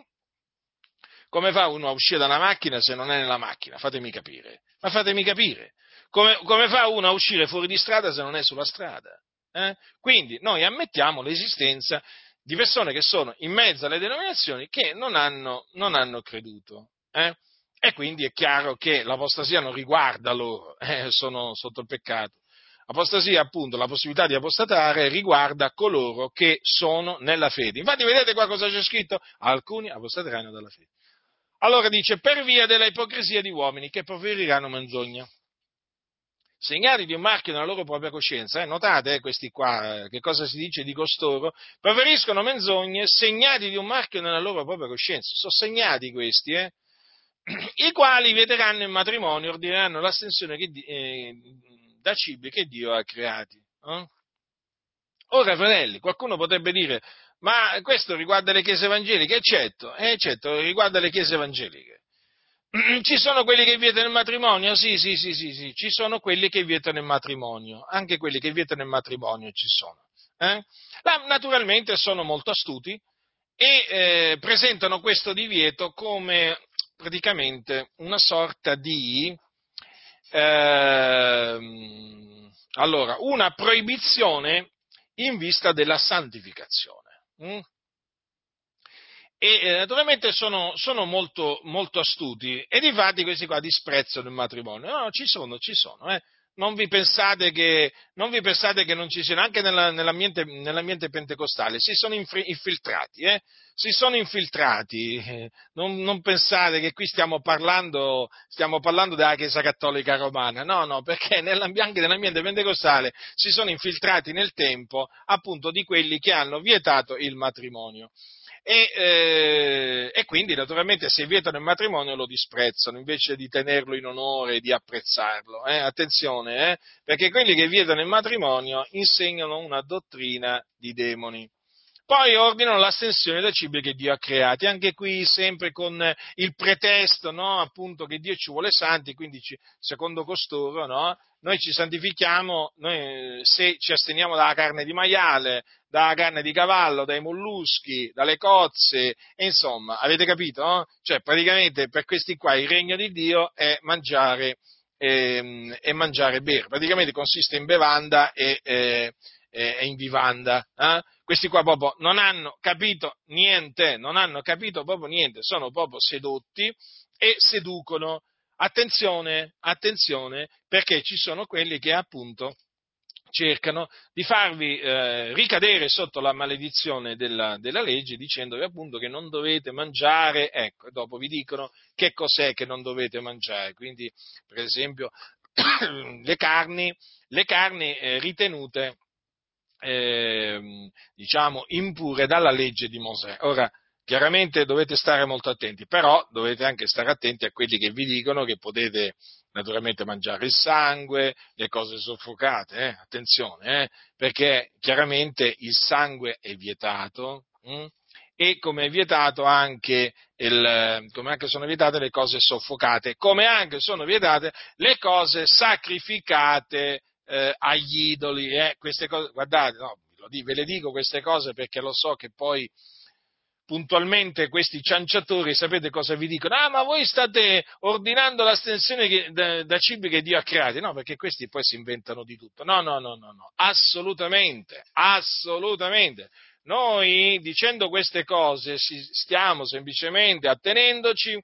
S1: Come fa uno a uscire da una macchina se non è nella macchina? Fatemi capire. Ma fatemi capire. Come, come fa uno a uscire fuori di strada se non è sulla strada? Eh? Quindi noi ammettiamo l'esistenza di persone che sono in mezzo alle denominazioni che non hanno, non hanno creduto. Eh? E quindi è chiaro che l'apostasia non riguarda loro, eh, sono sotto il peccato. Apostasia, appunto, la possibilità di apostatare riguarda coloro che sono nella fede. Infatti, vedete qua cosa c'è scritto? Alcuni apostateranno dalla fede. Allora dice, per via della ipocrisia di uomini che proferiranno menzogna. Segnali di un marchio nella loro propria coscienza, eh? Notate eh, questi qua, eh, che cosa si dice di costoro? Proferiscono menzogne segnati di un marchio nella loro propria coscienza. Sono segnati questi, eh? I quali vieteranno il matrimonio, ordineranno l'astensione che, eh, da cibi che Dio ha creati. Eh? Ora, fratelli, qualcuno potrebbe dire, ma questo riguarda le chiese evangeliche? Certo, eh, certo, riguarda le chiese evangeliche. Ci sono quelli che vietano il matrimonio? Sì, sì, sì, sì, sì, ci sono quelli che vietano il matrimonio, anche quelli che vietano il matrimonio ci sono. Eh? Ma, naturalmente sono molto astuti e eh, presentano questo divieto come praticamente una sorta di, eh, allora, una proibizione in vista della santificazione. Hm? E eh, naturalmente sono, sono molto, molto astuti e difatti questi qua disprezzano il matrimonio. No, no, ci sono, ci sono, eh. Non vi pensate che non, vi pensate che non ci siano, anche nella, nell'ambiente, nell'ambiente pentecostale, si sono infri, infiltrati, eh. Si sono infiltrati, eh. non, non pensate che qui stiamo parlando, stiamo parlando della Chiesa Cattolica Romana, no, no, perché anche nell'ambiente pentecostale si sono infiltrati nel tempo appunto di quelli che hanno vietato il matrimonio. E, eh, e quindi naturalmente se vietano il matrimonio lo disprezzano invece di tenerlo in onore e di apprezzarlo. Eh? Attenzione, eh? Perché quelli che vietano il matrimonio insegnano una dottrina di demoni. Poi ordinano l'astensione dai cibi che Dio ha creati, anche qui sempre con il pretesto, no, appunto, che Dio ci vuole santi, quindi ci, secondo costoro, no, noi ci santifichiamo noi, se ci asteniamo dalla carne di maiale, dalla carne di cavallo, dai molluschi, dalle cozze, e insomma, avete capito? No? Cioè, praticamente per questi qua il regno di Dio è mangiare e, e mangiare e bere, praticamente consiste in bevanda e, e, e in vivanda. Eh? Questi qua proprio non hanno capito niente, non hanno capito proprio niente, sono proprio sedotti e seducono. Attenzione, attenzione, perché ci sono quelli che appunto cercano di farvi eh, ricadere sotto la maledizione della, della legge, dicendovi appunto che non dovete mangiare, ecco, e dopo vi dicono che cos'è che non dovete mangiare. Quindi, per esempio, le carni, le carni eh, ritenute eh, diciamo, impure dalla legge di Mosè. Ora, chiaramente dovete stare molto attenti, però dovete anche stare attenti a quelli che vi dicono che potete naturalmente mangiare il sangue, le cose soffocate, eh? Attenzione, eh? Perché chiaramente il sangue è vietato, hm? E come è vietato anche il, come anche sono vietate le cose soffocate, come anche sono vietate le cose sacrificate eh, agli idoli, eh, queste cose, guardate, no, ve le dico queste cose perché lo so che poi puntualmente questi cianciatori, sapete cosa vi dicono? Ah, ma voi state ordinando l'astensione che, da, da cibi che Dio ha creati, no, perché questi poi si inventano di tutto, no, no, no, no, no, assolutamente, assolutamente. Noi, dicendo queste cose, stiamo semplicemente attenendoci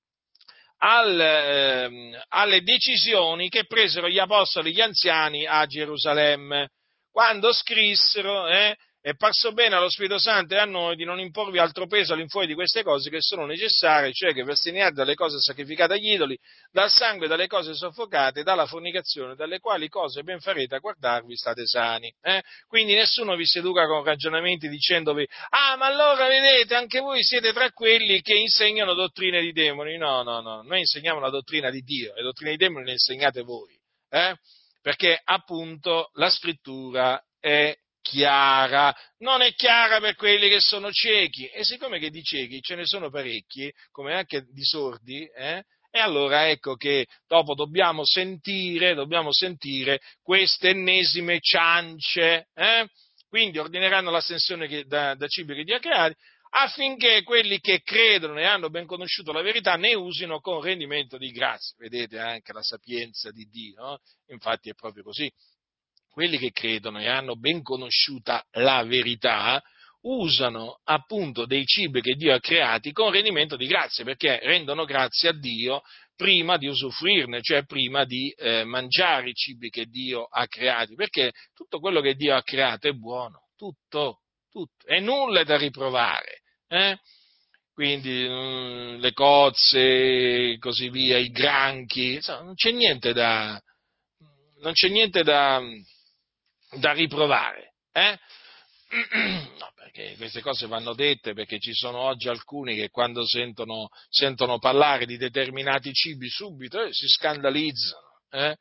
S1: Al, ehm, alle decisioni che presero gli apostoli, gli anziani a Gerusalemme, quando scrissero, eh, è parso bene allo Spirito Santo e a noi di non imporvi altro peso all'infuori di queste cose che sono necessarie, cioè che vi asteniate dalle cose sacrificate agli idoli, dal sangue, dalle cose soffocate, dalla fornicazione, dalle quali cose ben farete a guardarvi state sani. Eh? Quindi nessuno vi seduca con ragionamenti dicendovi, ah, ma allora vedete, anche voi siete tra quelli che insegnano dottrine di demoni. No, no, no, noi insegniamo la dottrina di Dio, le dottrine di demoni le insegnate voi, eh? Perché appunto la scrittura è chiara, non è chiara per quelli che sono ciechi, e siccome che di ciechi ce ne sono parecchi, come anche di sordi, eh? E allora ecco che dopo dobbiamo sentire, dobbiamo sentire queste ennesime ciance, eh? Quindi ordineranno l'astensione che, da, da cibi che Dio ha creati, affinché quelli che credono e hanno ben conosciuto la verità ne usino con rendimento di grazia. Vedete anche la sapienza di Dio, no? Infatti è proprio così. Quelli che credono e hanno ben conosciuta la verità usano appunto dei cibi che Dio ha creati con rendimento di grazia, perché rendono grazie a Dio prima di usufruirne, cioè prima di eh, mangiare i cibi che Dio ha creati, perché tutto quello che Dio ha creato è buono, tutto, tutto, e nulla è da riprovare. Eh? Quindi mh, le cozze, così via, i granchi, insomma, non c'è niente da, non c'è niente da, da riprovare, eh? No, perché queste cose vanno dette perché ci sono oggi alcuni che quando sentono, sentono parlare di determinati cibi subito eh, si scandalizzano. Eh?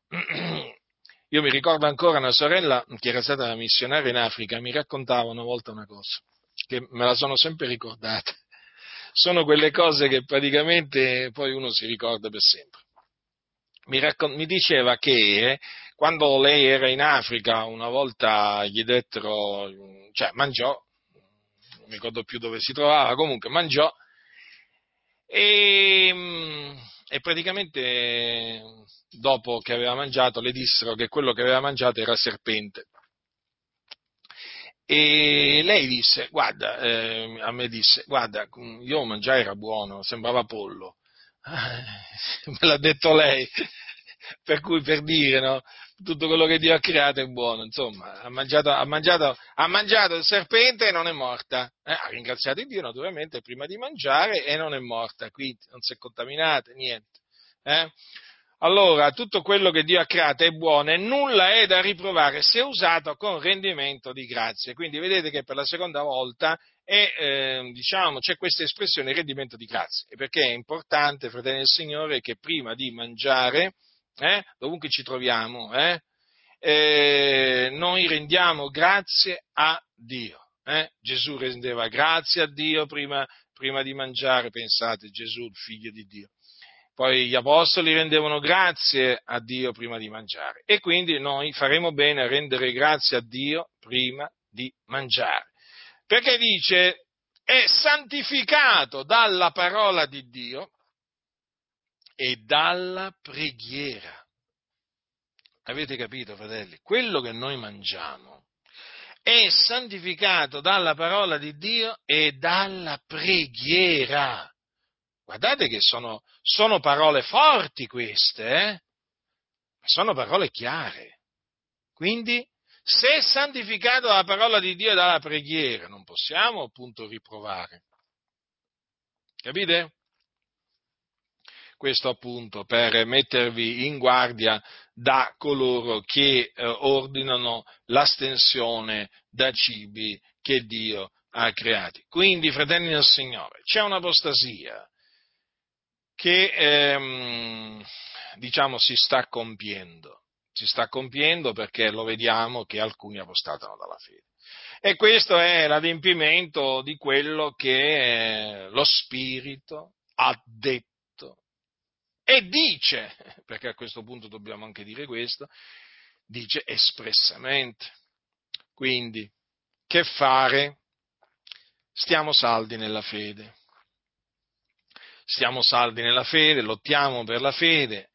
S1: Io mi ricordo ancora una sorella che era stata missionaria in Africa, mi raccontava una volta una cosa, che me la sono sempre ricordata. Sono quelle cose che praticamente poi uno si ricorda per sempre. Mi, raccon- mi diceva che eh, quando lei era in Africa, una volta gli dettero, cioè mangiò, non mi ricordo più dove si trovava, comunque mangiò, e, mm, e praticamente dopo che aveva mangiato le dissero che quello che aveva mangiato era serpente. E lei disse, guarda, eh, a me disse, guarda, io mangiai era buono, sembrava pollo. Me l'ha detto lei, per cui per dire, no? Tutto quello che Dio ha creato è buono, insomma, ha mangiato, ha mangiato, ha mangiato il serpente e non è morta. Eh, ha ringraziato Dio naturalmente prima di mangiare e non è morta, quindi non si è contaminata, niente. Eh? Allora, tutto quello che Dio ha creato è buono e nulla è da riprovare se usato con rendimento di grazia. Quindi vedete che per la seconda volta è, eh, diciamo, c'è questa espressione rendimento di grazia. E perché è importante, fratelli del Signore, che prima di mangiare, eh, dovunque ci troviamo, eh, eh, noi rendiamo grazie a Dio. Eh? Gesù rendeva grazie a Dio prima, prima di mangiare, pensate, Gesù, il figlio di Dio. Poi gli apostoli rendevano grazie a Dio prima di mangiare e quindi noi faremo bene a rendere grazie a Dio prima di mangiare. Perché dice, è santificato dalla parola di Dio e dalla preghiera. Avete capito, fratelli? Quello che noi mangiamo è santificato dalla parola di Dio e dalla preghiera. Guardate che sono, sono parole forti queste, eh? Sono parole chiare. Quindi, se è santificato dalla parola di Dio e dalla preghiera, non possiamo appunto riprovare. Capite? Questo appunto per mettervi in guardia da coloro che eh, ordinano l'astensione da cibi che Dio ha creati. Quindi, fratelli del Signore, c'è un'apostasia che ehm, diciamo si sta compiendo, si sta compiendo perché lo vediamo che alcuni apostatano dalla fede. E questo è l'adempimento di quello che eh, lo Spirito ha detto e dice, perché a questo punto dobbiamo anche dire questo, dice espressamente. Quindi, che fare? Stiamo saldi nella fede. Stiamo saldi nella fede, lottiamo per la fede,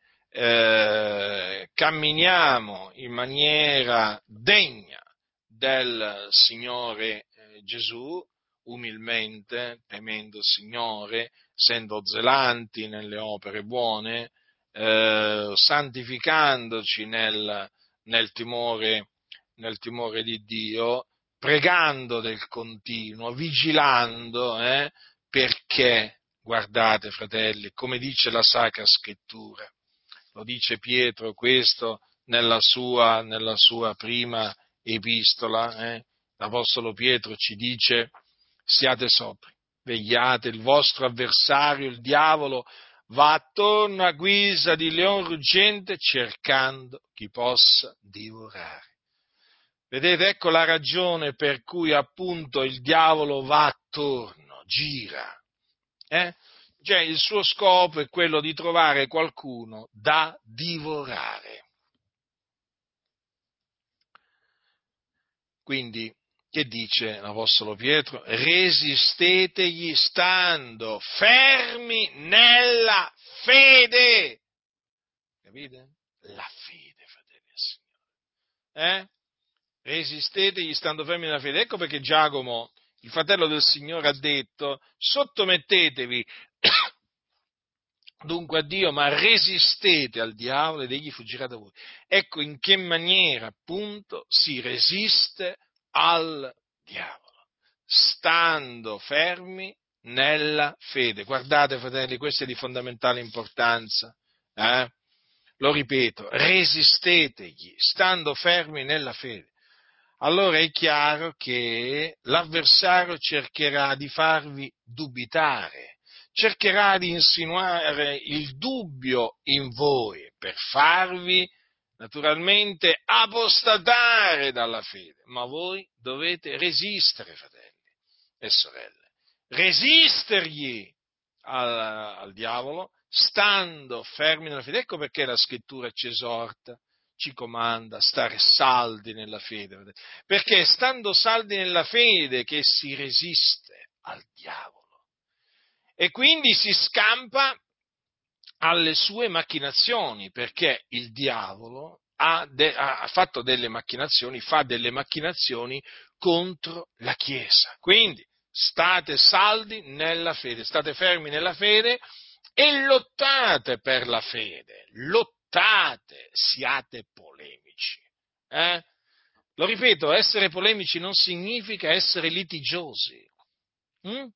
S1: eh, camminiamo in maniera degna del Signore eh, Gesù, umilmente, temendo il Signore, essendo zelanti nelle opere buone, eh, santificandoci nel, nel, timore, nel timore di Dio, pregando del continuo, vigilando, eh, perché, guardate fratelli, come dice la Sacra Scrittura, lo dice Pietro questo nella sua, nella sua prima epistola, eh? L'Apostolo Pietro ci dice, siate sobri, vegliate, il vostro avversario, il diavolo, va attorno a guisa di leone ruggente cercando chi possa divorare. Vedete, ecco la ragione per cui appunto il diavolo va attorno, gira. Eh? Cioè il suo scopo è quello di trovare qualcuno da divorare. Quindi, che dice l'Apostolo Pietro? Resistetegli stando fermi nella fede. Capite? La fede, fratelli del Signore. Eh? Resistetegli stando fermi nella fede. Ecco perché Giacomo, il fratello del Signore, ha detto, sottomettetevi dunque a Dio, ma resistete al diavolo ed egli fuggirà da voi. Ecco in che maniera, appunto, si resiste al diavolo, stando fermi nella fede. Guardate, fratelli, questo è di fondamentale importanza. Eh? Lo ripeto, resistetegli, stando fermi nella fede. Allora è chiaro che l'avversario cercherà di farvi dubitare, cercherà di insinuare il dubbio in voi per farvi naturalmente apostatare dalla fede, ma voi dovete resistere, fratelli e sorelle, resistergli al, al diavolo stando fermi nella fede. Ecco perché la scrittura ci esorta, ci comanda a stare saldi nella fede, perché è stando saldi nella fede che si resiste al diavolo e quindi si scampa alle sue macchinazioni, perché il diavolo ha, de- ha fatto delle macchinazioni, fa delle macchinazioni contro la Chiesa. Quindi state saldi nella fede, state fermi nella fede e lottate per la fede, lottate, siate polemici. Eh? Lo ripeto, essere polemici non significa essere litigiosi. Mm?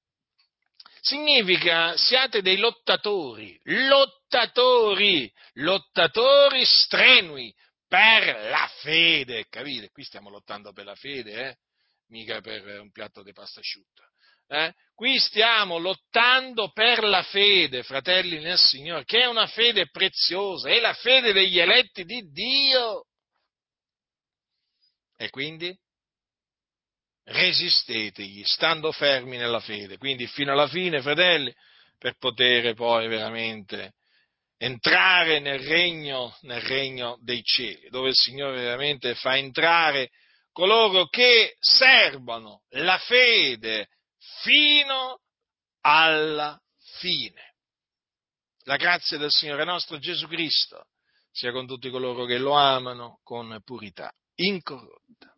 S1: Significa siate dei lottatori, lottatori, lottatori strenui per la fede, capite? Qui stiamo lottando per la fede, eh? Mica per un piatto di pasta asciutta. Eh? Qui stiamo lottando per la fede, fratelli nel Signore, che è una fede preziosa, è la fede degli eletti di Dio. E quindi? resistetegli, stando fermi nella fede. Quindi fino alla fine, fratelli, per poter poi veramente entrare nel regno, nel regno dei cieli, dove il Signore veramente fa entrare coloro che serbano la fede fino alla fine. La grazia del Signore nostro Gesù Cristo sia con tutti coloro che lo amano con purità incorrotta.